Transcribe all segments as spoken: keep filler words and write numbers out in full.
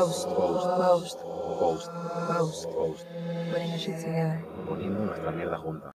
Post, post, post, post, post, post. Putting our shit together. Poniendo nuestra mierda junta.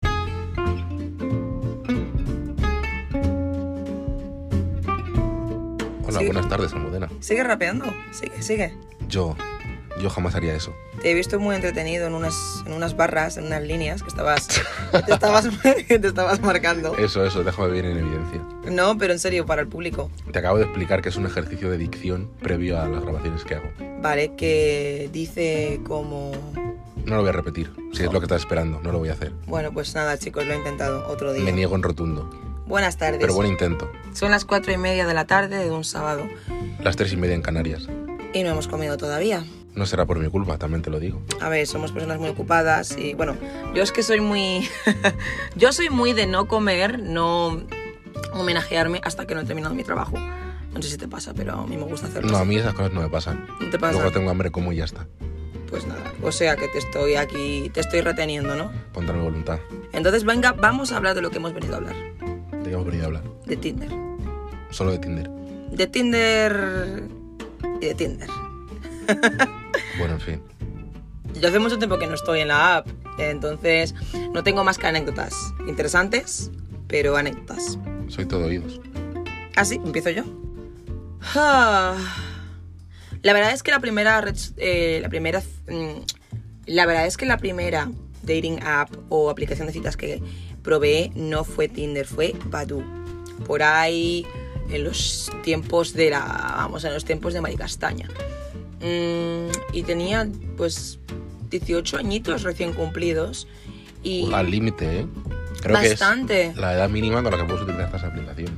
Hola, Sí. buenas tardes, Almudena. Sigue rapeando, sigue, sigue. Yo, yo jamás haría eso. Te he visto muy entretenido en unas, en unas barras, en unas líneas que estabas, te estabas, te estabas marcando. Eso, eso, déjame bien en evidencia. No, pero en serio, para el público. Te acabo de explicar que es un ejercicio de dicción previo a las grabaciones que hago. Vale, que dice como... No lo voy a repetir, si es lo que estás esperando, no lo voy a hacer. Bueno, pues nada, chicos, lo he intentado otro día. Me niego en rotundo, Buenas tardes. pero buen intento. Son las cuatro y media de la tarde de un sábado Las tres y media en Canarias. y no hemos comido todavía. No será por mi culpa, también te lo digo. A ver, somos personas muy ocupadas y bueno, yo es que soy muy... yo soy muy de no comer, no homenajearme hasta que no he terminado mi trabajo. No sé si te pasa, pero a mí me gusta hacerlo. No, a así. mí esas cosas no me pasan. ¿No te pasa? Luego tengo hambre, como y ya está. Pues nada, o sea que te estoy aquí, te estoy reteniendo, ¿no? Contra mi voluntad. Entonces venga, vamos a hablar de lo que hemos venido a hablar. ¿De qué hemos venido a hablar? De Tinder. Solo de Tinder. De Tinder... y de Tinder. Bueno, en fin. Yo hace mucho tiempo que no estoy en la app, entonces no tengo más que anécdotas interesantes, pero anécdotas. Soy todo oídos. ¿Ah, sí? ¿Empiezo yo? Ah, la verdad es que la primera... red- eh, la primera... mm, la verdad es que la primera dating app o aplicación de citas que probé no fue Tinder, fue Badoo. Por ahí, en los tiempos de la... Vamos, en los tiempos de Mari Castaña. Mm, y tenía, pues, dieciocho añitos recién cumplidos. Y Al límite, ¿eh? Creo bastante. que es la edad mínima con la que puedes utilizar estas aplicaciones.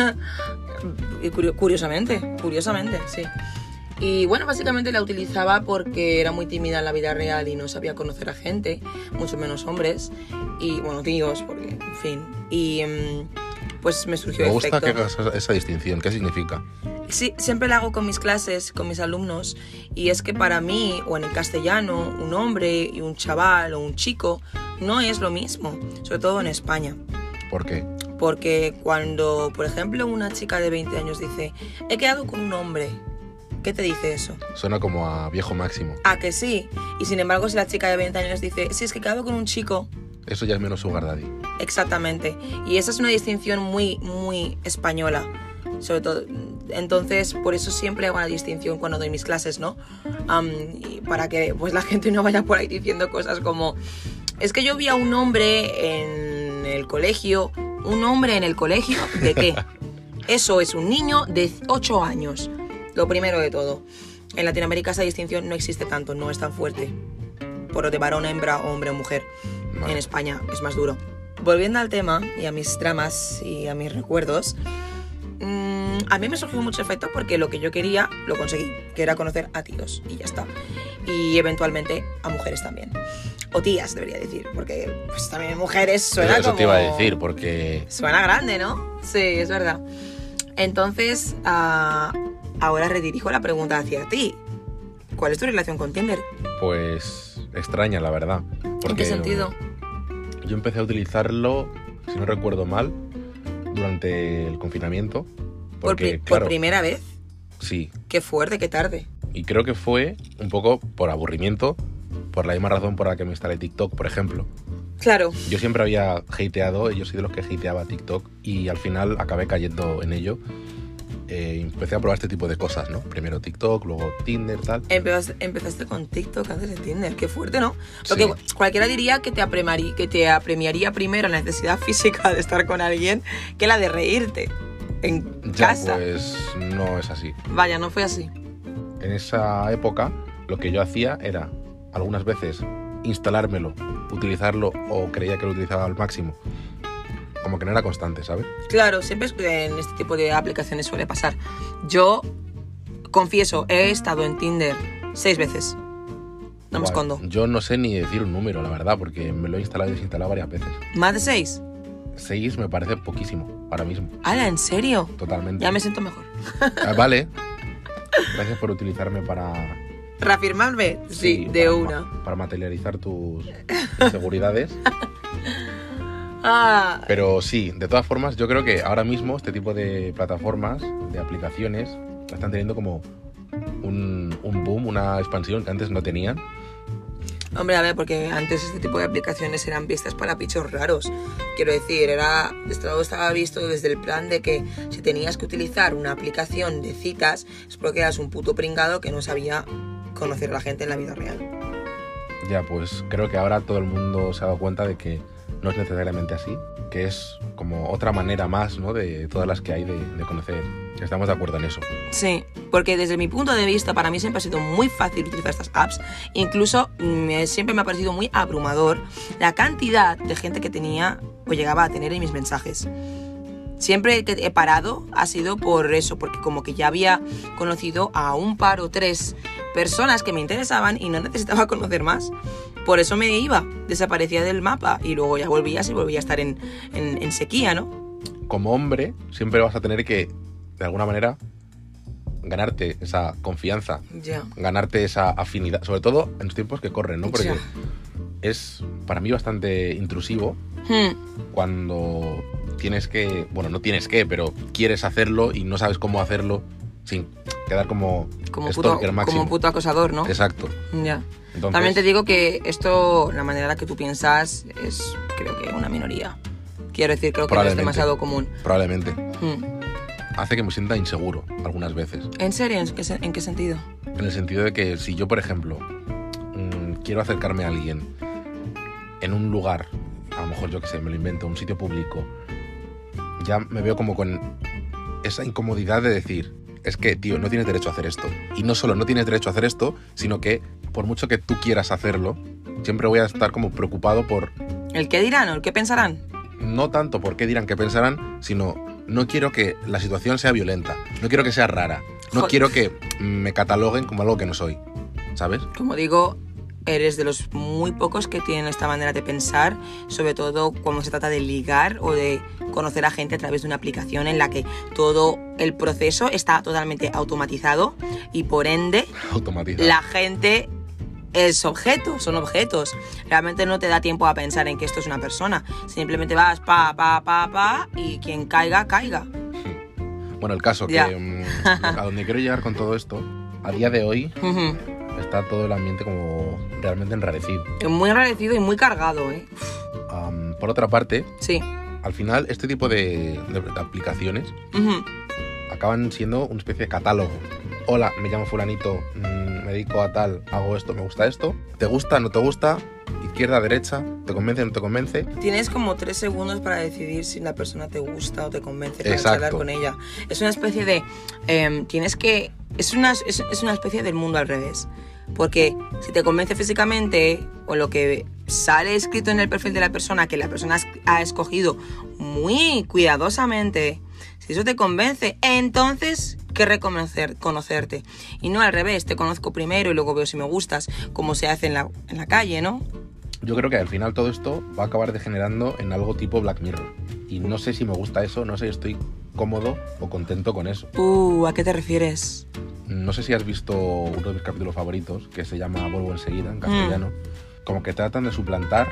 Y curio- curiosamente, curiosamente, sí. Y bueno, básicamente la utilizaba porque era muy tímida en la vida real y no sabía conocer a gente, mucho menos hombres. Y bueno, tíos, porque, en fin. Y mm, pues me surgió Me el gusta efecto. que hagas esa, esa distinción. ¿Qué significa? Sí, siempre la hago con mis clases, con mis alumnos, y es que para mí, o en el castellano, un hombre y un chaval o un chico no es lo mismo, sobre todo en España. ¿Por qué? Porque cuando, por ejemplo, una chica de veinte años dice, he quedado con un hombre, ¿qué te dice eso? Suena como a viejo máximo. Ah, que sí. Y sin embargo, si la chica de veinte años dice, sí, es que he quedado con un chico, Eso ya es menos sugar daddy. exactamente. Y esa es una distinción muy, muy española. Sobre todo, entonces por eso siempre hago una distinción cuando doy mis clases, ¿no? Am, y para que pues la gente no vaya por ahí diciendo cosas como, es que yo vi a un hombre en el colegio. ¿Un hombre en el colegio? ¿De qué? Eso es un niño de ocho años. Lo primero de todo. En Latinoamérica esa distinción no existe tanto, no es tan fuerte. Por lo de varón, hembra, hombre o mujer. Vale. En España es más duro. Volviendo al tema y a mis tramas y a mis recuerdos, mmm, a mí me surgió mucho efecto porque lo que yo quería lo conseguí, que era conocer a tíos y ya está. Y eventualmente a mujeres también. O tías, debería decir, porque pues también mujeres suena Eso como... te iba a decir, porque... Suena grande, ¿no? Sí, es verdad. Entonces, ah, ahora redirijo la pregunta hacia ti. ¿Cuál es tu relación con Tinder? Pues extraña, la verdad. Porque ¿En qué sentido? Yo empecé a utilizarlo, si no recuerdo mal, durante el confinamiento. ¿Por, Porque, pri- por claro, primera vez? sí. Qué fuerte, qué tarde. Y creo que fue un poco por aburrimiento, por la misma razón por la que me instalé TikTok, por ejemplo. Claro. Yo siempre había hateado, yo soy de los que hateaba TikTok y al final acabé cayendo en ello. Eh, empecé a probar este tipo de cosas, ¿no? Primero TikTok, luego Tinder, tal. Empezaste, empezaste con TikTok antes de Tinder. Qué fuerte, ¿no? Porque Sí. cualquiera diría que te, apremarí- que te apremiaría primero la necesidad física de estar con alguien que la de reírte en Ya, casa. pues no es así. Vaya, no fue así. En esa época lo que yo hacía era algunas veces instalármelo, utilizarlo o creía que lo utilizaba al máximo. Como que no era constante, ¿sabes? Claro, siempre es- en este tipo de aplicaciones suele pasar. Yo, confieso, he estado en Tinder seis veces. No me Guay. escondo. Yo no sé ni decir un número, la verdad, porque me lo he instalado y desinstalado varias veces. ¿Más de seis? Seis me parece poquísimo, ahora mismo, ¡Hala, en serio! totalmente. Ya me siento mejor. Ah, vale. Gracias por utilizarme para... ¿Reafirmarme? Sí, de para, una. Para materializar tus inseguridades. Ah, Pero sí, de todas formas, yo creo que ahora mismo este tipo de plataformas, de aplicaciones, la están teniendo como un, un boom, una expansión que antes no tenían. Hombre, a ver, porque antes este tipo de aplicaciones eran vistas para bichos raros. Quiero decir, era esto estaba visto desde el plan de que si tenías que utilizar una aplicación de citas es porque eras un puto pringado que no sabía conocer a la gente en la vida real. Ya, pues creo que ahora todo el mundo se ha dado cuenta de que no es necesariamente así, que es como otra manera más, ¿no?, de todas las que hay de, de conocer. Estamos de acuerdo en eso. Sí, porque desde mi punto de vista para mí siempre ha sido muy fácil utilizar estas apps. Incluso me, siempre me ha parecido muy abrumador la cantidad de gente que tenía o llegaba a tener en mis mensajes. Siempre que he parado ha sido por eso, porque como que ya había conocido a un par o tres personas que me interesaban y no necesitaba conocer más. Por eso me iba, desaparecía del mapa y luego ya volvías y volvía a estar en, en, en sequía, ¿no? Como hombre siempre vas a tener que, de alguna manera, ganarte esa confianza, Ya. ganarte esa afinidad, sobre todo en los tiempos que corren, ¿no? Porque Ya. es para mí bastante intrusivo Hmm. cuando tienes que, bueno, no tienes que, pero quieres hacerlo y no sabes cómo hacerlo sin quedar como, Como, puto, stalker máximo. como puto acosador, ¿no? Exacto. Ya. Entonces, También te digo que esto, la manera en la que tú piensas, es creo que una minoría. Quiero decir, creo que no es Probablemente. demasiado común. probablemente Hmm. hace que me sienta inseguro algunas veces. ¿En serio? ¿En qué, se- en qué sentido? En el sentido de que si yo, por ejemplo, mmm, quiero acercarme a alguien en un lugar, a lo mejor yo que sé, me lo invento, un sitio público, ya me veo como con esa incomodidad de decir, es que, tío, no tienes derecho a hacer esto. Y no solo no tienes derecho a hacer esto, sino que por mucho que tú quieras hacerlo, siempre voy a estar como preocupado por, ¿El qué dirán o el qué pensarán? no tanto por qué dirán, qué pensarán, sino no quiero que la situación sea violenta, no quiero que sea rara, no Joder. quiero que me cataloguen como algo que no soy, ¿sabes? Como digo, eres de los muy pocos que tienen esta manera de pensar, sobre todo cuando se trata de ligar o de conocer a gente a través de una aplicación en la que todo el proceso está totalmente automatizado y por ende Automatizado. la gente es objeto, son objetos. Realmente no te da tiempo a pensar en que esto es una persona. Simplemente vas pa, pa, pa, pa y quien caiga, caiga. Bueno, el caso Ya. que mm, a donde quiero llegar con todo esto, a día de hoy Ujú. está todo el ambiente como realmente enrarecido. Muy agradecido y muy cargado, ¿eh? Am, por otra parte, Sí. al final este tipo de, de- de aplicaciones Ujú. acaban siendo una especie de catálogo. Hola, me llamo fulanito, mm, me dedico a tal, hago esto, me gusta esto. ¿Te gusta, no te gusta? Izquierda, derecha, ¿te convence, no te convence? Tienes como tres segundos para decidir si la persona te gusta o te convence para Exacto. charlar con ella. Es una especie de... em, tienes que... Es una, es, es una especie del mundo al revés. Porque si te convence físicamente o lo que sale escrito en el perfil de la persona, que la persona has- ha escogido muy cuidadosamente, si eso te convence, entonces querré conocer, conocerte. Y no al revés, te conozco primero y luego veo si me gustas, como se hace en la, en la calle, ¿no? Yo creo que al final todo esto va a acabar degenerando en algo tipo Black Mirror. Y no sé si me gusta eso, no sé si estoy cómodo o contento con eso. Uh, ¿a qué te refieres? No sé si has visto uno de mis capítulos favoritos, que se llama Vuelvo enseguida, en castellano. Como que tratan de suplantar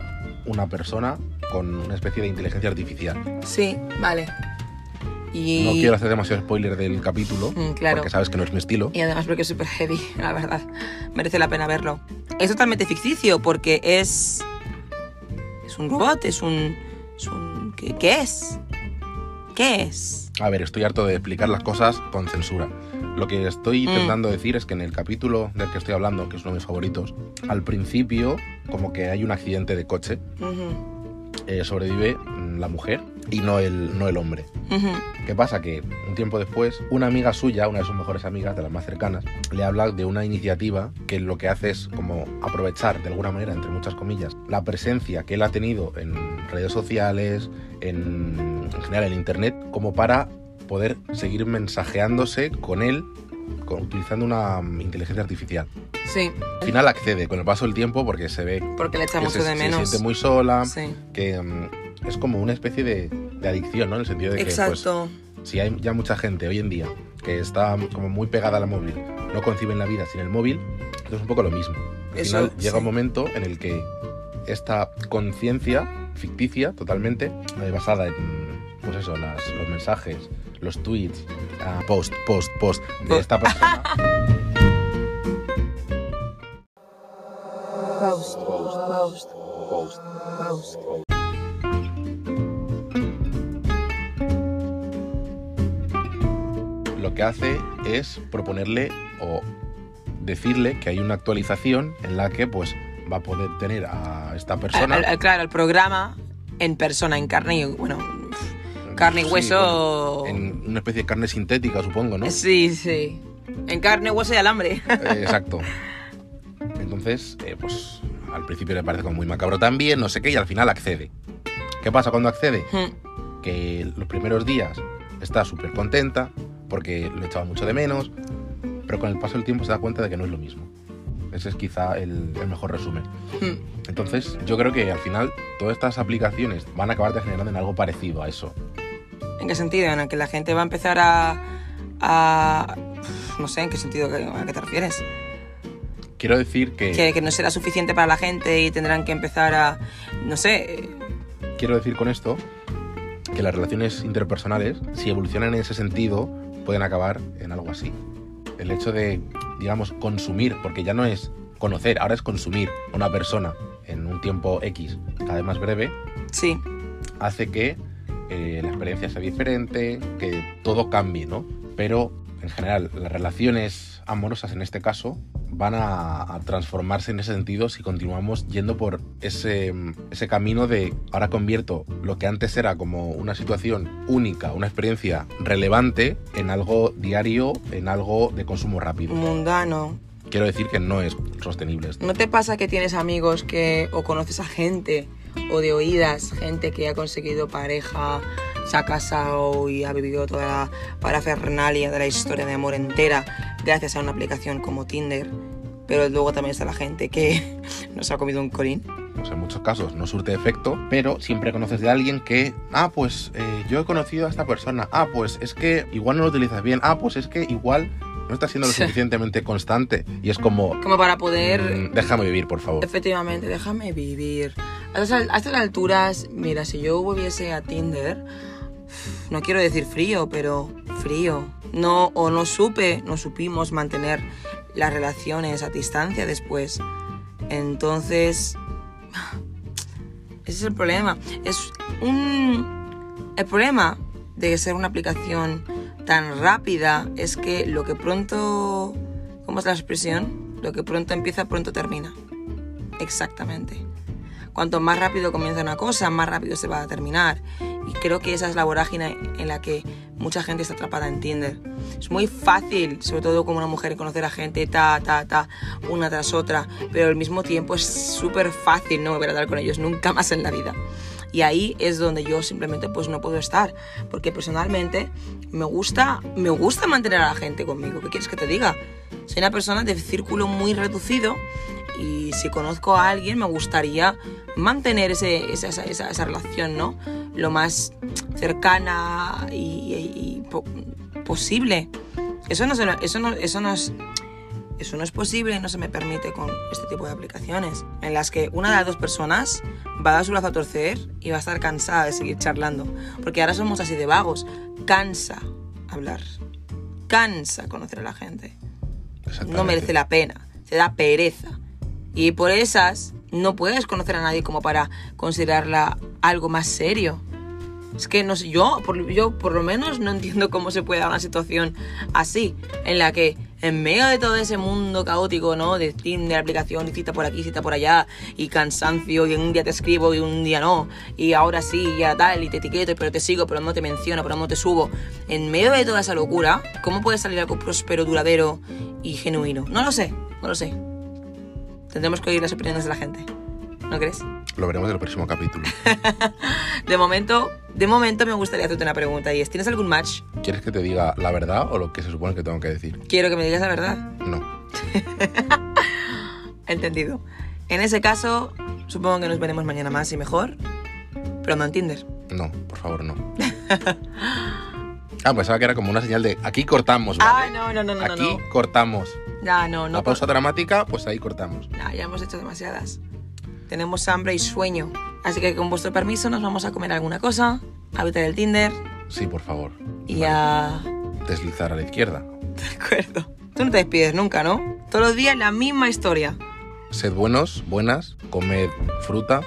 una persona con una especie de inteligencia artificial. Sí, vale. Y... No quiero hacer demasiado spoiler del capítulo, Mm, claro. porque sabes que no es mi estilo. Y además porque es súper heavy, la verdad. Merece la pena verlo. Es totalmente ficticio porque es... Es un robot, es un... Es un ¿qué, qué es? ¿Qué es? A ver, estoy harto de explicar las cosas con censura. Lo que estoy Mm. intentando decir es que en el capítulo del que estoy hablando, que es uno de mis favoritos, al principio como que hay un accidente de coche, Ujú, eh, sobrevive mm, la mujer y no el, no el hombre. ujú. ¿Qué pasa? Que un tiempo después, una amiga suya, una de sus mejores amigas, de las más cercanas, le habla de una iniciativa que lo que hace es como aprovechar, de alguna manera, entre muchas comillas, la presencia que él ha tenido en redes sociales, en, en general en internet, como para poder seguir mensajeándose con él con- utilizando una mm, inteligencia artificial. Sí, Al final accede con el paso del tiempo porque se ve porque le echa que mucho se, de se menos. siente muy sola, Sí, que mm, es como una especie de, de adicción, ¿no? En el sentido de que, pues, exacto. si hay ya mucha gente hoy en día que está como muy pegada al móvil, no conciben la vida sin el móvil, esto es un poco lo mismo. Al Eso, final llega sí. un momento en el que esta conciencia ficticia, totalmente, eh, basada en pues eso, las- los mensajes, los tweets, uh, post, post, post de esta persona. Post, post, post, post. Lo que hace es proponerle o decirle que hay una actualización en la que pues va a poder tener a esta persona. Al, al, claro, el programa en persona, en carne y, bueno, carne y Sí, hueso. bueno, en una especie de carne sintética, supongo, ¿no? Sí, sí. En carne, hueso y alambre. Eh, exacto. Entonces, eh, pues al principio le parece como muy macabro también, no sé qué, y al final accede. ¿Qué pasa cuando accede? Hmm. Que los primeros días está súper contenta porque lo echaba mucho de menos, pero con el paso del tiempo se da cuenta de que no es lo mismo. Ese es quizá el, el mejor resumen. Hmm. Entonces, yo creo que al final todas estas aplicaciones van a acabar degenerando en algo parecido a eso. ¿En qué sentido? En el que la gente va a empezar a... a no sé, ¿en qué sentido? ¿A qué te refieres? Quiero decir que... Que, que no será suficiente para la gente y tendrán que empezar a... No sé... Quiero decir con esto que las relaciones interpersonales, si evolucionan en ese sentido, pueden acabar en algo así. El hecho de, digamos, consumir, porque ya no es conocer, ahora es consumir a una persona en un tiempo X cada vez más breve, Sí. hace que eh, la experiencia sea diferente, que todo cambie, ¿no? Pero, en general, las relaciones amorosas en este caso van a, a transformarse en ese sentido si continuamos yendo por ese, ese camino de ahora convierto lo que antes era como una situación única, una experiencia relevante, en algo diario, en algo de consumo rápido. Mundano. Quiero decir que no es sostenible esto. ¿No te pasa que tienes amigos que o conoces a gente o de oídas, gente que ha conseguido pareja, se ha casado y ha vivido toda la parafernalia de la historia de amor entera gracias a una aplicación como Tinder? Pero luego también está la gente que nos ha comido un colín. Pues en muchos casos no surte efecto, pero siempre conoces de alguien que, ah, pues eh, yo he conocido a esta persona, ah, pues es que igual no lo utilizas bien, ah, pues es que igual no estás siendo lo suficientemente constante. Y es como... Como para poder... Mm, déjame vivir, por favor. Efectivamente, déjame vivir. A estas, a estas alturas, mira, si yo volviese a Tinder, no quiero decir frío, pero frío. No, o no supe, no supimos mantener las relaciones a distancia después. Entonces, ese es el problema. Es un... El problema de ser una aplicación tan rápida es que lo que pronto... ¿Cómo es la expresión? Lo que pronto empieza, pronto termina. Exactamente. Cuanto más rápido comienza una cosa, más rápido se va a terminar. Y creo que esa es la vorágine en la que mucha gente está atrapada en Tinder. Es muy fácil, sobre todo como una mujer, conocer a gente, ta, ta, ta, una tras otra. Pero al mismo tiempo es súper fácil no volver a hablar con ellos nunca más en la vida. Y ahí es donde yo simplemente pues no puedo estar. Porque personalmente me gusta, me gusta mantener a la gente conmigo. ¿Qué quieres que te diga? Soy una persona de círculo muy reducido. Y si conozco a alguien me gustaría mantener ese, esa, esa, esa relación, ¿no? Lo más cercana y, y, y po- posible. Eso no, se, eso, no, eso, no es, eso no es posible y no se me permite con este tipo de aplicaciones. En las que una de las dos personas va a dar su brazo a torcer y va a estar cansada de seguir charlando. Porque ahora somos así de vagos. Cansa hablar. Cansa conocer a la gente. No merece la pena. Te da pereza. Y por esas no puedes conocer a nadie como para considerarla algo más serio. Es que no sé, yo por, yo por lo menos no entiendo cómo se puede dar una situación así, en la que en medio de todo ese mundo caótico, ¿no? De Tinder, aplicación, y cita por aquí, cita por allá, y cansancio, y un día te escribo y un día no, y ahora sí, y ahora tal, y te etiqueto, pero te sigo, pero no te menciono, pero no te subo. En medio de toda esa locura, ¿cómo puede salir algo próspero, duradero y genuino? No lo sé, no lo sé. Tendremos que oír las opiniones de la gente, ¿no crees? Lo veremos en el próximo capítulo. De momento, de momento me gustaría hacerte una pregunta y es, ¿tienes algún match? ¿Quieres que te diga la verdad o lo que se supone que tengo que decir? Quiero que me digas la verdad. No. Entendido. En ese caso, supongo que nos veremos mañana más y mejor, pero no en Tinder. No, por favor, no. Ah, pensaba que era como una señal de aquí cortamos, ¿vale? Ah, no, no, no, no, Aquí no. cortamos. Ya, no, no. La pausa dramática, pues ahí cortamos. Ya, ya hemos hecho demasiadas. Tenemos hambre y sueño. Así que con vuestro permiso nos vamos a comer alguna cosa, a evitar el Tinder Sí, por favor. Y Vale. a... Deslizar a la izquierda. De acuerdo. Tú no te despides nunca, ¿no? Todos los días la misma historia. Sed buenos, buenas, comed fruta.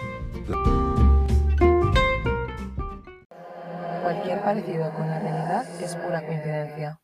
Cualquier parecido con la realidad es pura coincidencia.